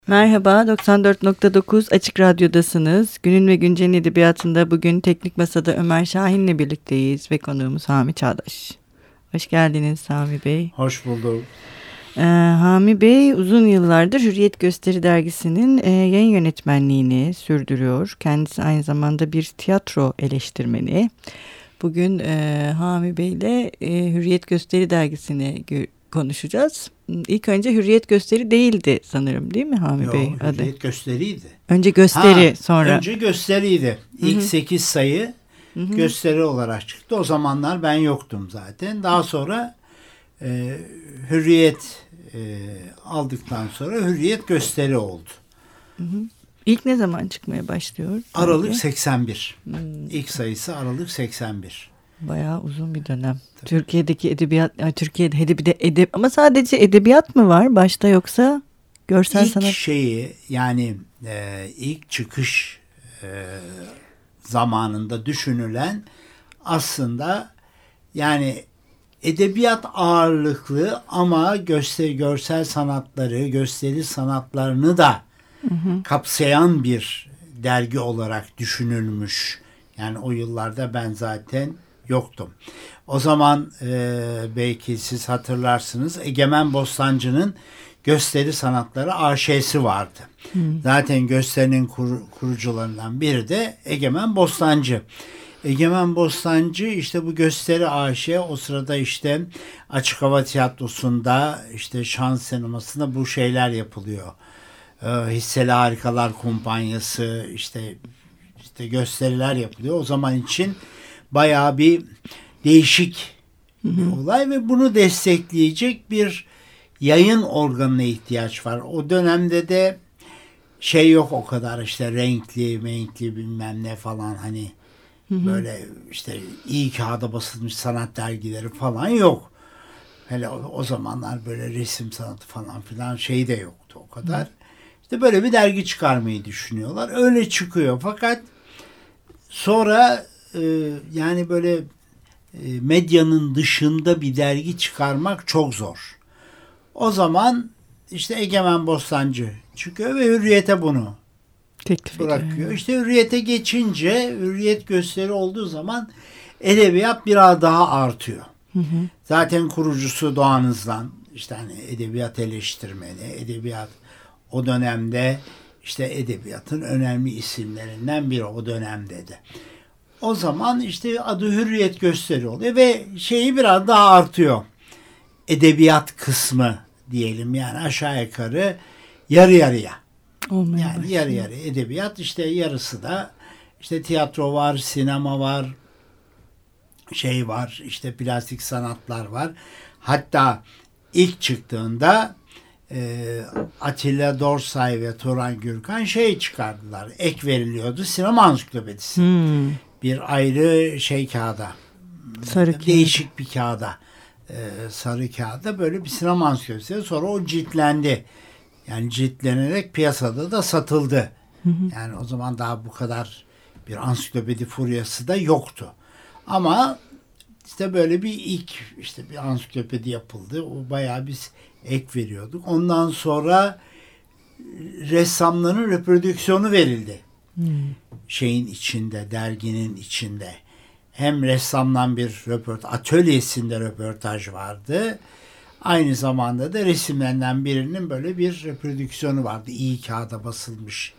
Merhaba, 94.9 Açık Radyo'dasınız. Günün ve Güncel'in edebiyatında bugün Teknik Masa'da Ömer Şahin'le birlikteyiz ve konuğumuz Hami Çağdaş. Hoş geldiniz Hami Bey. Hoş bulduk. Hami Bey uzun yıllardır Hürriyet Gösteri Dergisi'nin yayın yönetmenliğini sürdürüyor. Kendisi aynı zamanda bir tiyatro eleştirmeni. Bugün Hami Bey ile Hürriyet Gösteri Dergisi'ni konuşacağız. İlk önce Hürriyet Gösteri değildi sanırım, değil mi Hami Bey? Hürriyet Gösteri'ydi. Önce Gösteri, sonra. Önce Gösteri'ydi. İlk 8 sayı Gösteri olarak çıktı. O zamanlar ben yoktum zaten. Daha sonra Hürriyet aldıktan sonra Hürriyet Gösteri oldu. İlk ne zaman çıkmaya başlıyor? Aralık 81. İlk sayısı Aralık 81. Bayağı uzun bir dönem. Tabii. Türkiye'deki edebiyat, Türkiye'de ama sadece edebiyat mı var başta, yoksa görsel sanat? İlk şeyi, yani ilk çıkış zamanında düşünülen aslında yani edebiyat ağırlıklı ama görsel sanatları, gösteri sanatlarını da kapsayan bir dergi olarak düşünülmüş. Yani o yıllarda ben zaten yoktum. O zaman belki siz hatırlarsınız, Egemen Bostancı'nın Gösteri Sanatları AŞ'si vardı. Zaten gösterinin kurucularından biri de Egemen Bostancı. Egemen Bostancı işte bu Gösteri AŞ, o sırada işte Açık Hava Tiyatrosu'nda, işte Şans Sineması'nda bu şeyler yapılıyor. Hisseli Harikalar Kumpanyası, işte gösteriler yapılıyor. O zaman için bayağı bir değişik bir olay ve bunu destekleyecek bir yayın organına ihtiyaç var. O dönemde de şey yok o kadar, işte renkli bilmem ne falan, hani böyle işte iyi kağıda basılmış sanat dergileri falan yok. Hele o zamanlar böyle resim sanatı falan filan şey de yoktu o kadar. İşte böyle bir dergi çıkarmayı düşünüyorlar. Öyle çıkıyor. Fakat sonra yani böyle medyanın dışında bir dergi çıkarmak çok zor. O zaman işte Egemen Bostancı çıkıyor ve Hürriyet'e bunu teklif bırakıyor. ediyor. İşte Hürriyet'e geçince, Hürriyet Gösteri olduğu zaman edebiyat biraz daha artıyor. Zaten kurucusu Doğan Hızlan, işte hani edebiyat eleştirmeni, edebiyat o dönemde işte edebiyatın önemli isimlerinden biri o dönemde de. O zaman işte adı Hürriyet Gösteri oluyor ve şeyi biraz daha artıyor. Edebiyat kısmı diyelim, yani aşağı yukarı yarı yarıya. Yani yarı yarı edebiyat, işte yarısı da işte tiyatro var, sinema var, şey var, işte plastik sanatlar var. Hatta ilk çıktığında Atilla Dorsay ve Turan Gürkan şey çıkardılar. Ek veriliyordu. Sinema ansiklopedisi. Bir ayrı şey kağıda. Değişik bir kağıda. Sarı kağıda böyle bir sinema ansiklopedisi. Sonra o ciltlendi. Yani ciltlenerek piyasada da satıldı. Yani o zaman daha bu kadar bir ansiklopedi furyası da yoktu. Ama işte böyle bir ilk işte bir ansiklopedi yapıldı. O bayağı biz ek veriyorduk. Ondan sonra ressamların reprodüksiyonu verildi. Şeyin içinde, derginin içinde. Hem ressamdan bir atölyesinde röportaj vardı. Aynı zamanda da resimlerinden birinin böyle bir reprodüksiyonu vardı. İyi kağıda basılmış.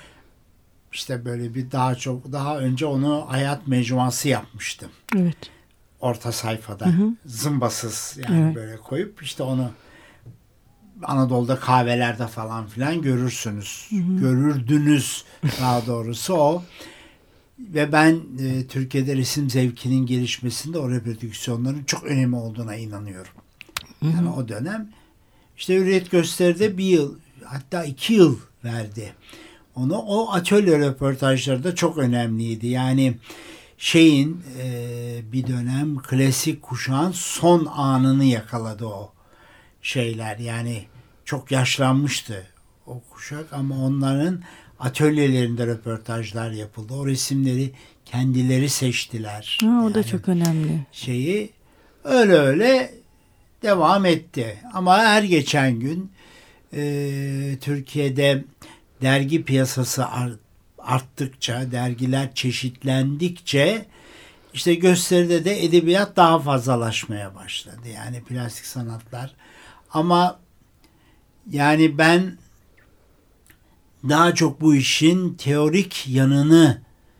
İşte böyle bir daha önce onu Hayat Mecmuası yapmıştım. Evet. Orta sayfada zımbasız yani böyle koyup işte onu Anadolu'da kahvelerde falan filan görürsünüz. Görürdünüz daha doğrusu o. Ve ben Türkiye'de resim zevkinin gelişmesinde o reprodüksiyonların çok önemli olduğuna inanıyorum. Yani o dönem işte Hürriyet Gösteri'de 1 yıl, hatta 2 yıl verdi. O atölye röportajları da çok önemliydi. Yani şeyin bir dönem klasik kuşağın son anını yakaladı o şeyler. Yani çok yaşlanmıştı o kuşak ama onların atölyelerinde röportajlar yapıldı. O resimleri kendileri seçtiler. O da çok önemli. Öyle devam etti. Ama her geçen gün Türkiye'de dergi piyasası arttıkça, dergiler çeşitlendikçe işte gösteride de edebiyat daha fazlalaşmaya başladı. Yani plastik sanatlar. Ama yani ben daha çok bu işin teorik yanını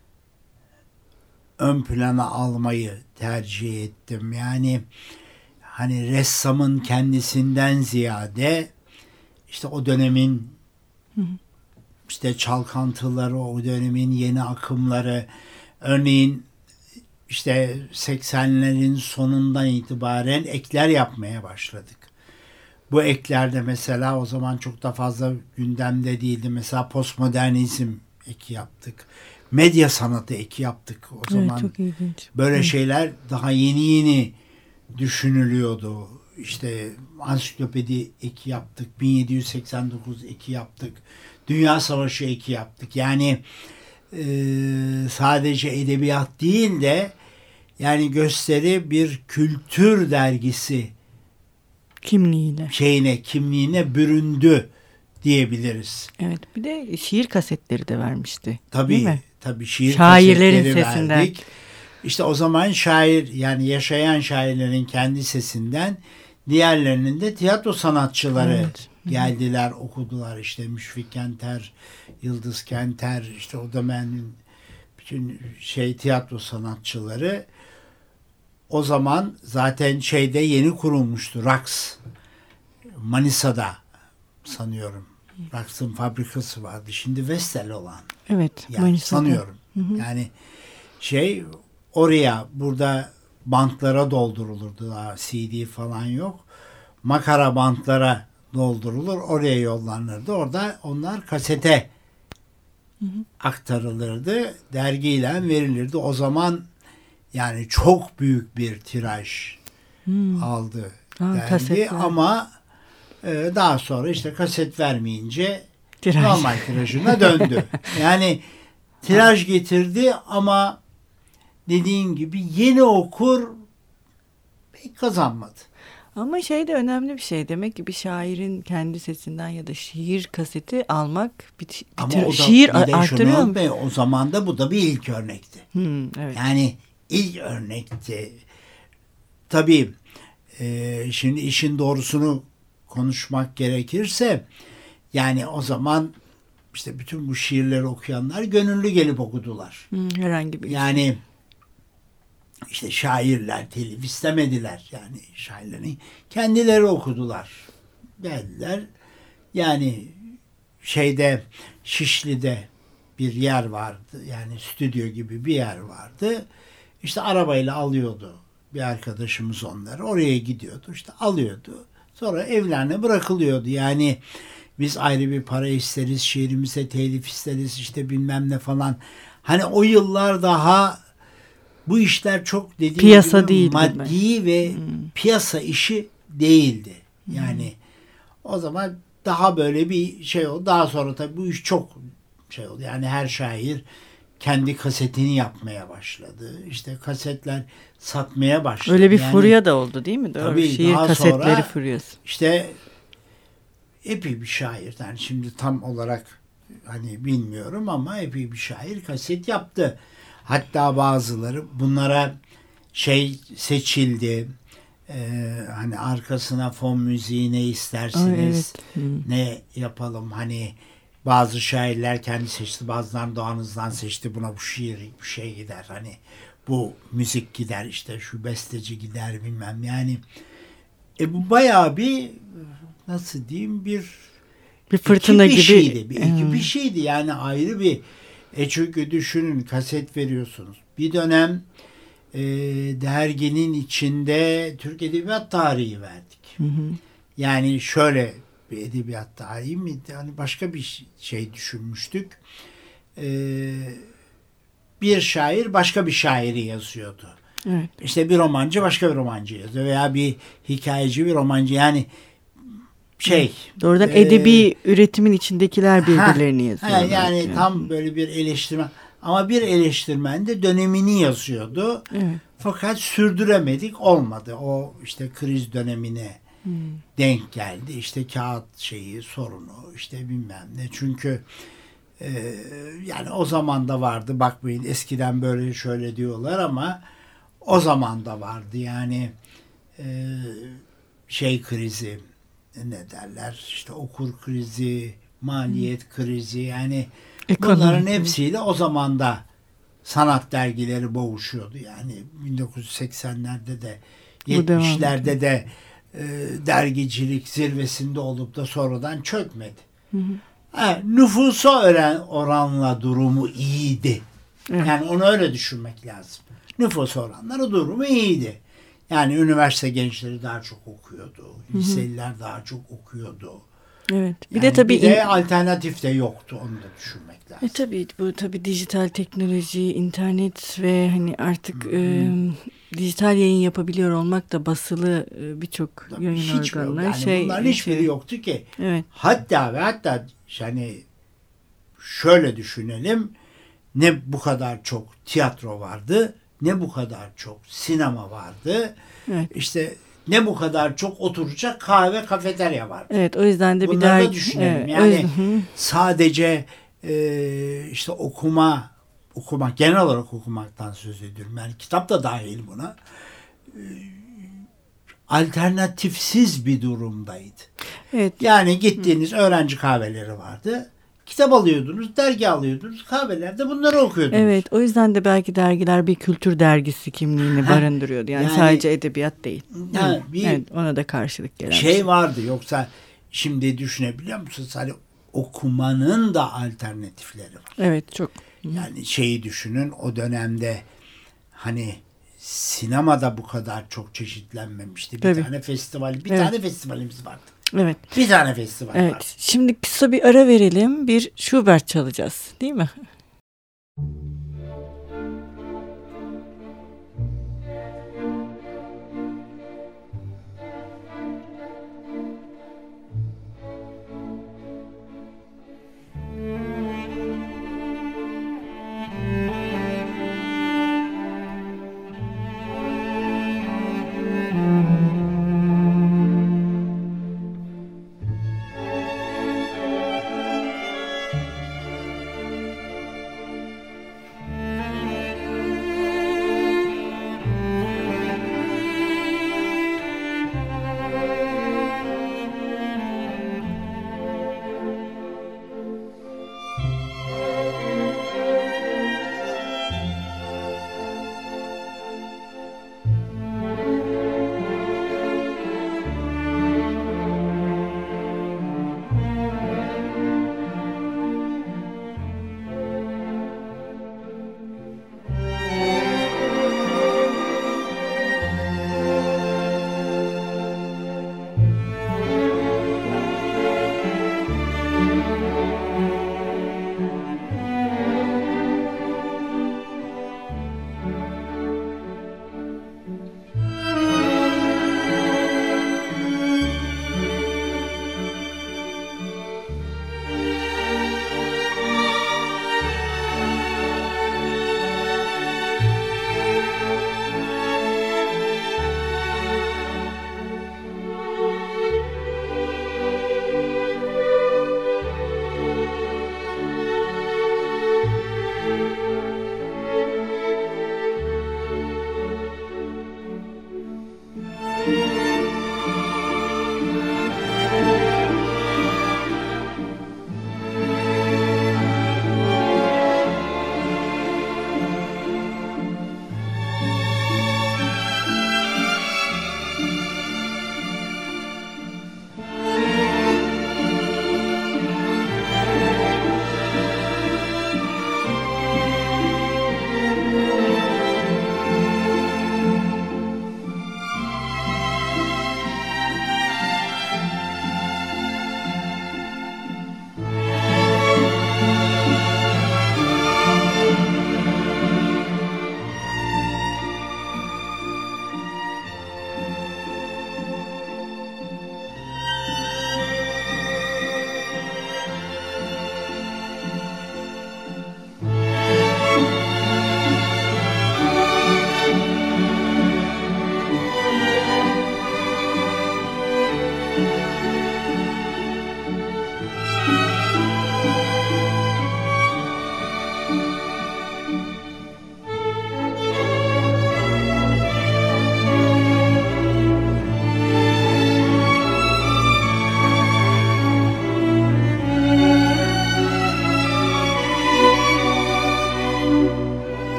ön plana almayı tercih ettim. Yani hani ressamın kendisinden ziyade işte o dönemin işte çalkantıları, o dönemin yeni akımları, örneğin işte 80'lerin sonundan itibaren ekler yapmaya başladık. Bu eklerde mesela o zaman çok da fazla gündemde değildi. Mesela postmodernizm eki yaptık. Medya sanatı eki yaptık. O zaman çok ilginç. Böyle şeyler daha yeni düşünülüyordu. İşte ansiklopedi eki yaptık. 1789 eki yaptık. Dünya Savaşı eki yaptık. Yani sadece edebiyat değil de yani gösteri bir kültür dergisi kimliğine büründü diyebiliriz. Evet, bir de şiir kasetleri de vermişti. Tabii, değil mi? tabii şiir Şairlerin kasetleri sesinden verdik. İşte o zaman şair, yani yaşayan şairlerin kendi sesinden, diğerlerinin de tiyatro sanatçıları geldiler, okudular. İşte Müşfik Kenter, Yıldız Kenter, işte o dönemin bütün tiyatro sanatçıları. O zaman zaten yeni kurulmuştu Raks. Manisa'da sanıyorum. Raks'ın fabrikası vardı. Şimdi Vestel olan. Evet. Yani Manisa'da. sanıyorum. Yani oraya, burada bantlara doldurulurdu. Daha CD falan yok. Makara bantlara doldurulur. Oraya yollanırdı. Orada onlar kasete aktarılırdı. Dergiyle verilirdi. O zaman yani çok büyük bir tiraj aldı dergi. Kasetler. Ama daha sonra işte kaset vermeyince normal tirajına döndü. Yani tiraj getirdi ama dediğin gibi yeni okur pek kazanmadı. Ama de önemli bir şey. Demek ki bir şairin kendi sesinden ya da şiir kaseti almak şiir artırıyor mu? O zaman da bu da bir ilk örnekti. Evet. Yani ilk örnekti. Tabii şimdi işin doğrusunu konuşmak gerekirse yani o zaman işte bütün bu şiirleri okuyanlar gönüllü gelip okudular. Herhangi bir yani işte şairler telif istemediler. Yani şairlerin kendileri okudular. Geldiler. Yani Şişli'de bir yer vardı. Yani stüdyo gibi bir yer vardı. İşte arabayla alıyordu bir arkadaşımız onları. Oraya gidiyordu. İşte alıyordu. Sonra evlerine bırakılıyordu. Yani biz ayrı bir para isteriz, şiirimize telif isteriz, işte bilmem ne falan. Hani o yıllar daha bu işler çok dediğim piyasa gibi değildi maddi ve piyasa işi değildi. Yani o zaman daha böyle bir oldu. Daha sonra tabii bu iş çok oldu. Yani her şair kendi kasetini yapmaya başladı. İşte kasetler satmaya başladı. Öyle bir furya da oldu değil mi? Doğru. Tabii, şiir kasetleri furyası. İşte epey bir şair. Yani şimdi tam olarak hani bilmiyorum ama epey bir şair kaset yaptı. Hatta bazıları bunlara seçildi. Hani arkasına fon müziği ne istersiniz? Ne yapalım? Hani bazı şairler kendi seçti. Bazıları Doğanız'dan seçti. Buna bu şiir gider. Hani bu müzik gider. İşte şu besteci gider bilmem. Yani bu bayağı bir nasıl diyeyim bir fırtına gibi bir şeydi. Yani ayrı bir çünkü düşünün, kaset veriyorsunuz. Bir dönem derginin içinde Türk Edebiyat Tarihi verdik. Yani şöyle bir edebiyat tarihi mi? Yani başka bir düşünmüştük. Bir şair başka bir şairi yazıyordu. Evet. İşte bir romancı başka bir romancı yazıyor veya bir hikayeci bir romancı. Yani doğrudan edebi üretimin içindekiler birbirlerini yazıyorlar. Yani tam böyle bir eleştirmen. Ama bir eleştirmen de dönemini yazıyordu. Evet. Fakat sürdüremedik, olmadı. O işte kriz dönemine denk geldi. İşte kağıt sorunu, işte bilmem ne. Çünkü yani o zaman da vardı. Bakmayın eskiden böyle şöyle diyorlar ama o zaman da vardı. Yani krizi, ne derler? İşte okur krizi, maliyet krizi, yani bunların hepsiyle o zaman da sanat dergileri boğuşuyordu. Yani 1980'lerde de 70'lerde de dergicilik zirvesinde olup da sonradan çökmedi. Nüfusa oranla durumu iyiydi. Evet. Yani onu öyle düşünmek lazım. Nüfus oranları durumu iyiydi. Yani üniversite gençleri daha çok okuyordu. Liseliler daha çok okuyordu. Evet. Bir de tabii alternatif de yoktu. Onu da düşünmek lazım. Tabii bu tabii dijital teknoloji, internet ve hani artık dijital yayın yapabiliyor olmak da basılı birçok yayın organlar yani bunların hiçbiri yoktu ki. Evet. Hatta yani şöyle düşünelim, ne bu kadar çok tiyatro vardı, ne bu kadar çok sinema vardı. Evet. İşte ne bu kadar çok oturacak kahve, kafeterya vardı. Evet, o yüzden de bunları da düşünelim. Yani sadece işte okuma genel olarak okumaktan söz ediyorum. Yani kitap da dahil buna. Alternatifsiz bir durumdaydı. Evet. Yani gittiğiniz öğrenci kahveleri vardı. Kitap alıyordunuz, dergi alıyordunuz, kahvelerde bunları okuyordunuz. Evet, o yüzden de belki dergiler bir kültür dergisi kimliğini barındırıyordu. Yani sadece edebiyat değil. Evet, ona da karşılık gelen vardı. Yoksa şimdi düşünebiliyor musunuz? Hani okumanın da alternatifleri var. Evet, çok. Yani düşünün, o dönemde hani sinemada bu kadar çok çeşitlenmemişti. Bir tane festivalimiz vardı. Evet. Bir tane festival vardı. Evet. Şimdi kısa bir ara verelim. Bir Schubert çalacağız, değil mi?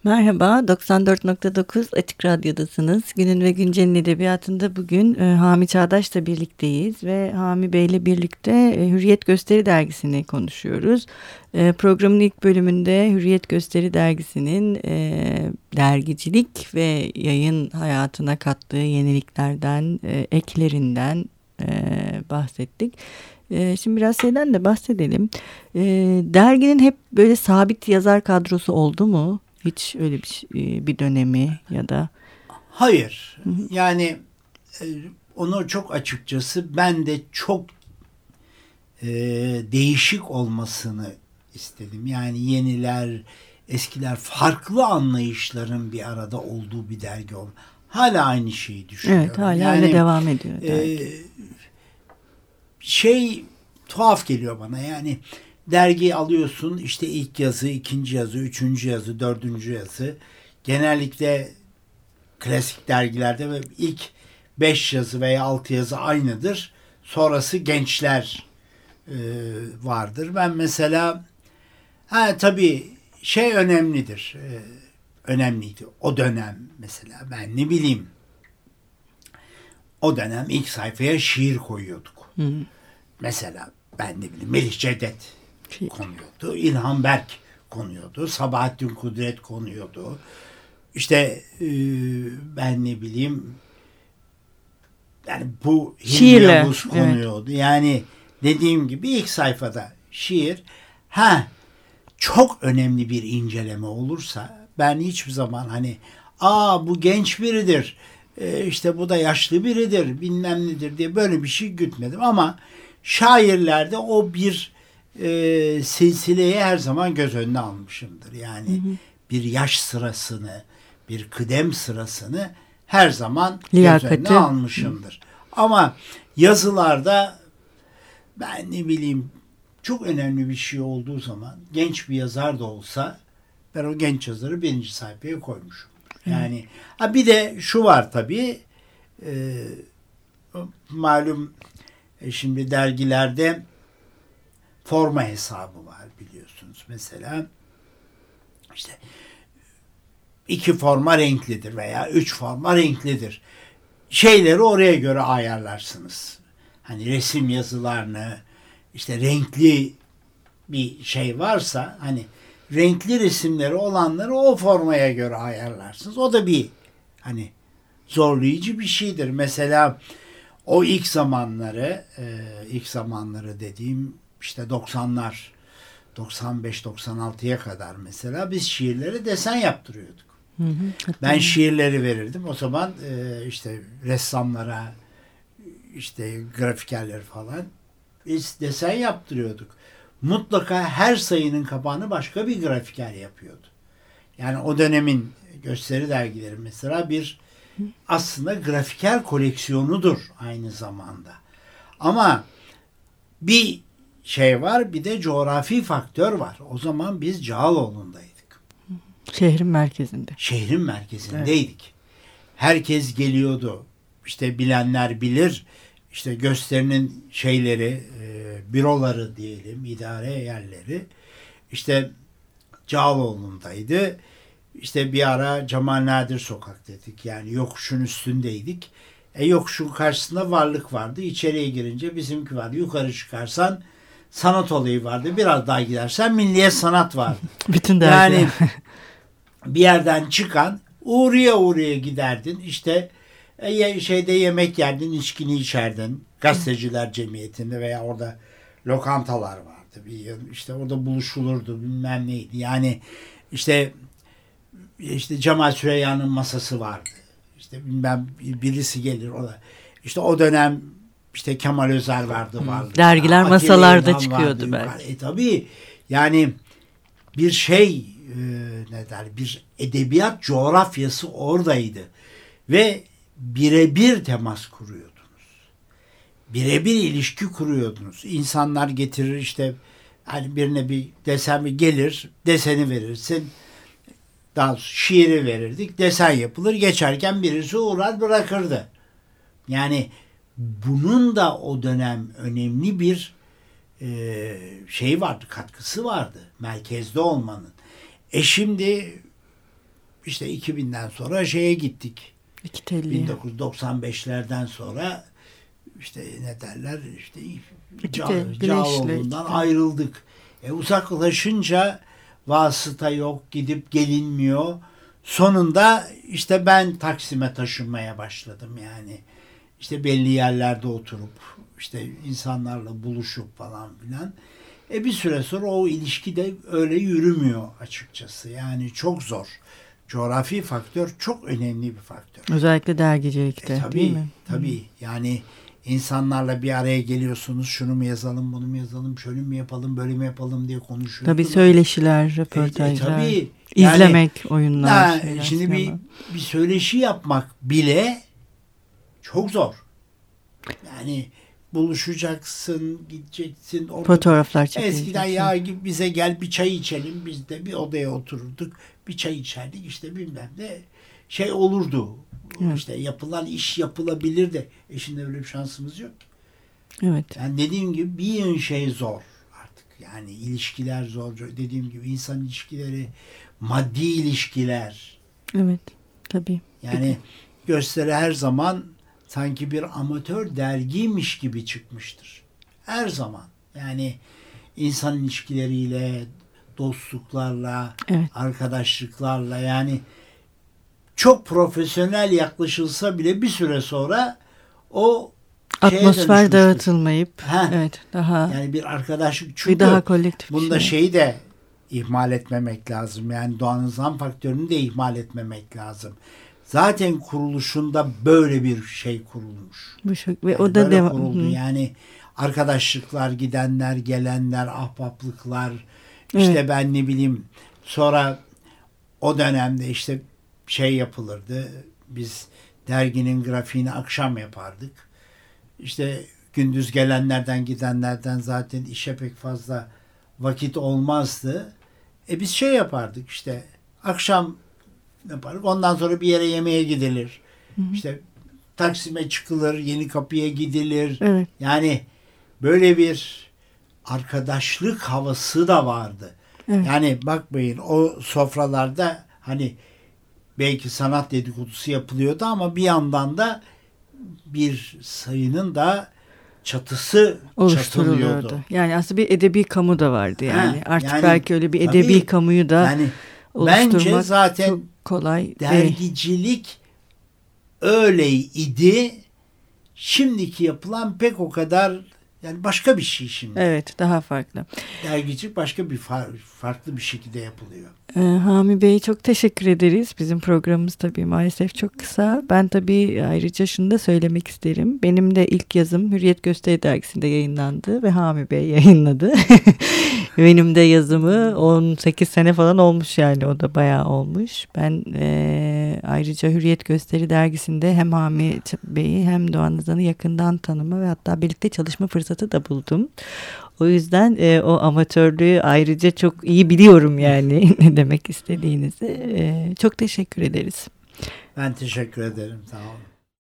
Merhaba, 94.9 Açık Radyo'dasınız. Günün ve Güncel'in edebiyatında bugün Hami Çağdaş'la birlikteyiz ve Hami Bey'le birlikte Hürriyet Gösteri Dergisi'ni konuşuyoruz. Programın ilk bölümünde Hürriyet Gösteri Dergisi'nin dergicilik ve yayın hayatına kattığı yeniliklerden, eklerinden bahsettik. Şimdi biraz şeyden de bahsedelim. Derginin hep böyle sabit yazar kadrosu oldu mu? Hiç öyle bir dönemi ya da? Hayır. Yani onu çok açıkçası ben de çok değişik olmasını istedim. Yani yeniler, eskiler, farklı anlayışların bir arada olduğu bir dergi oldu. Hala aynı şeyi düşünüyorum. Evet, hala öyle devam ediyor. Tuhaf geliyor bana. Yani dergiyi alıyorsun, işte ilk yazı, ikinci yazı, üçüncü yazı, dördüncü yazı. Genellikle klasik dergilerde ve ilk 5 yazı veya 6 yazı aynıdır. Sonrası gençler vardır. Ben mesela tabii önemlidir. Önemliydi. O dönem mesela ben ne bileyim, o dönem ilk sayfaya şiir koyuyorduk. Mesela ben ne bileyim Melih Cevdet konuyordu. İlhan Berk konuyordu. Sabahattin Kudret konuyordu. İşte ben ne bileyim, yani bu Hilmi Yavuz konuyordu. Evet. Yani dediğim gibi ilk sayfada şiir. Çok önemli bir inceleme olursa ben hiçbir zaman bu genç biridir, işte bu da yaşlı biridir, bilmem nedir diye böyle bir şey gütmedim. Ama şairlerde o bir silsileyi her zaman göz önüne almışımdır. Yani bir yaş sırasını, bir kıdem sırasını her zaman göz önüne almışımdır. Ama yazılarda ben ne bileyim, çok önemli bir şey olduğu zaman genç bir yazar da olsa ben o genç yazarı birinci sayfaya koymuşum. Yani bir de şu var tabii, malum şimdi dergilerde forma hesabı var biliyorsunuz. Mesela işte 2 forma renklidir veya 3 forma renklidir. Şeyleri oraya göre ayarlarsınız. Hani resim yazılarını, işte renkli bir şey varsa renkli resimleri olanları o formaya göre ayarlarsınız. O da bir zorlayıcı bir şeydir. Mesela o ilk zamanları dediğim işte 90'lar, 95-96'ya kadar mesela biz şiirlere desen yaptırıyorduk. Ben şiirleri verirdim. O zaman işte ressamlara, işte grafikerler falan biz desen yaptırıyorduk. Mutlaka her sayının kapağını başka bir grafiker yapıyordu. Yani o dönemin gösteri dergileri mesela bir aslında grafiker koleksiyonudur aynı zamanda. Ama bir şey var, bir de coğrafi faktör var. O zaman biz Cağaloğlu'ndaydık. Şehrin merkezinde. Şehrin merkezindeydik. Evet. Herkes geliyordu. İşte bilenler bilir. İşte gösterinin büroları diyelim, idare yerleri. İşte Cağaloğlu'ndaydı. İşte bir ara Cemal Nadir Sokak dedik. Yani yokuşun üstündeydik. Yokuşun karşısında Varlık vardı. İçeriye girince bizimki vardı. Yukarı çıkarsan Sanat Olayı vardı. Biraz daha gidersen Milliyet Sanat vardı. Bütün dergiler. Yani bir yerden çıkan uğraya giderdin. İşte yemek yerdin, içkini içerdin. Gazeteciler Cemiyeti'nde veya orada lokantalar vardı. İşte orada buluşulurdu, bilmem neydi. Yani işte Cemal Süreyya'nın masası vardı. İşte bilmem birisi gelir o da. İşte o dönem işte Kemal Özer vardı. Dergiler masalarda çıkıyordu belki. Tabii yani bir bir edebiyat coğrafyası oradaydı. Ve birebir temas kuruyordunuz. Birebir ilişki kuruyordunuz. İnsanlar getirir işte birine bir desen gelir, deseni verirsin. Daha şiiri verirdik, desen yapılır, geçerken birisi uğrar bırakırdı. Yani bunun da o dönem önemli bir vardı, katkısı vardı merkezde olmanın. Şimdi işte 2000'den sonra şeye gittik. İki telliye. 1995'lerden sonra işte ne derler, işte Güneşle. Cağaloğlu'ndan ayrıldık. Uzaklaşınca vasıta yok, gidip gelinmiyor. Sonunda işte ben Taksim'e taşınmaya başladım yani. İşte belli yerlerde oturup işte insanlarla buluşup falan filan. Bir süre sonra o ilişki de öyle yürümüyor açıkçası. Yani çok zor. Coğrafi faktör çok önemli bir faktör. Özellikle dergicilikte, tabii, değil mi? Tabii. Yani insanlarla bir araya geliyorsunuz. Şunu mu yazalım, bunu mu yazalım, şöyle mi yapalım, böyle mi yapalım diye konuşuyorsunuz. Tabii söyleşiler, röportajlar, tabii. izlemek, oyunlar. Şimdi bir söyleşi yapmak bile çok zor. Yani buluşacaksın, gideceksin. Fotoğraflar çekeceksin. Eskiden ya bize gel bir çay içelim. Biz de bir odaya otururduk. Bir çay içerdik. İşte bilmem ne şey olurdu. Evet. İşte yapılan iş yapılabilir de. Şimdi öyle bir şansımız yok. Evet. Yani dediğim gibi bir yığın şey zor artık. Yani ilişkiler zor. Dediğim gibi insan ilişkileri, maddi ilişkiler. Evet. Tabii. Yani Gösteri her zaman sanki bir amatör dergiymiş gibi çıkmıştır. Her zaman. Yani insan ilişkileriyle, dostluklarla, evet. arkadaşlıklarla, yani çok profesyonel yaklaşılsa bile bir süre sonra o atmosfer dağıtılmayıp evet, daha yani bir arkadaşlık, çünkü daha kolektif bunda şeyi de ihmal etmemek lazım. Yani doğanın zam faktörünü de ihmal etmemek lazım. Zaten kuruluşunda böyle bir şey kurulmuş. Ve yani o da kuruldu. Yani arkadaşlıklar, gidenler, gelenler, ahbaplıklar, evet. işte ben ne bileyim, sonra o dönemde işte şey yapılırdı. Biz derginin grafiğini akşam yapardık. İşte gündüz gelenlerden, gidenlerden zaten işe pek fazla vakit olmazdı. Biz şey yapardık, işte akşam yapardık. Ondan sonra bir yere yemeğe gidilir. Hı hı. İşte Taksim'e çıkılır, Yenikapı'ya gidilir. Evet. Yani böyle bir arkadaşlık havası da vardı. Evet. Yani bakmayın, o sofralarda hani belki sanat dedikodusu yapılıyordu ama bir yandan da bir sayının da çatısı çatılıyordu. Yani aslında bir edebi kamu da vardı yani. Artık yani, belki öyle bir edebi tabii, kamuyu da yani bence zaten çok kolay. Dergicilik öyleydi. Şimdiki yapılan pek o kadar, yani başka bir şey şimdi. Evet, daha farklı. Dergicilik başka bir farklı bir şekilde yapılıyor. Hami Bey, çok teşekkür ederiz. Bizim programımız tabii maalesef çok kısa. Ben tabii ayrıca şunu da söylemek isterim. Benim de ilk yazım Hürriyet Gösteri Dergisi'nde yayınlandı ve Hami Bey yayınladı. Benim de yazımı 18 sene falan olmuş, yani o da bayağı olmuş. Ben ayrıca Hürriyet Gösteri Dergisi'nde hem Hami Bey'i hem Doğan Azan'ı yakından tanıma ve hatta birlikte çalışma fırsatı da buldum. O yüzden o amatörlüğü ayrıca çok iyi biliyorum yani ne demek istediğinizi. Çok teşekkür ederiz. Ben teşekkür ederim. Sağ olun.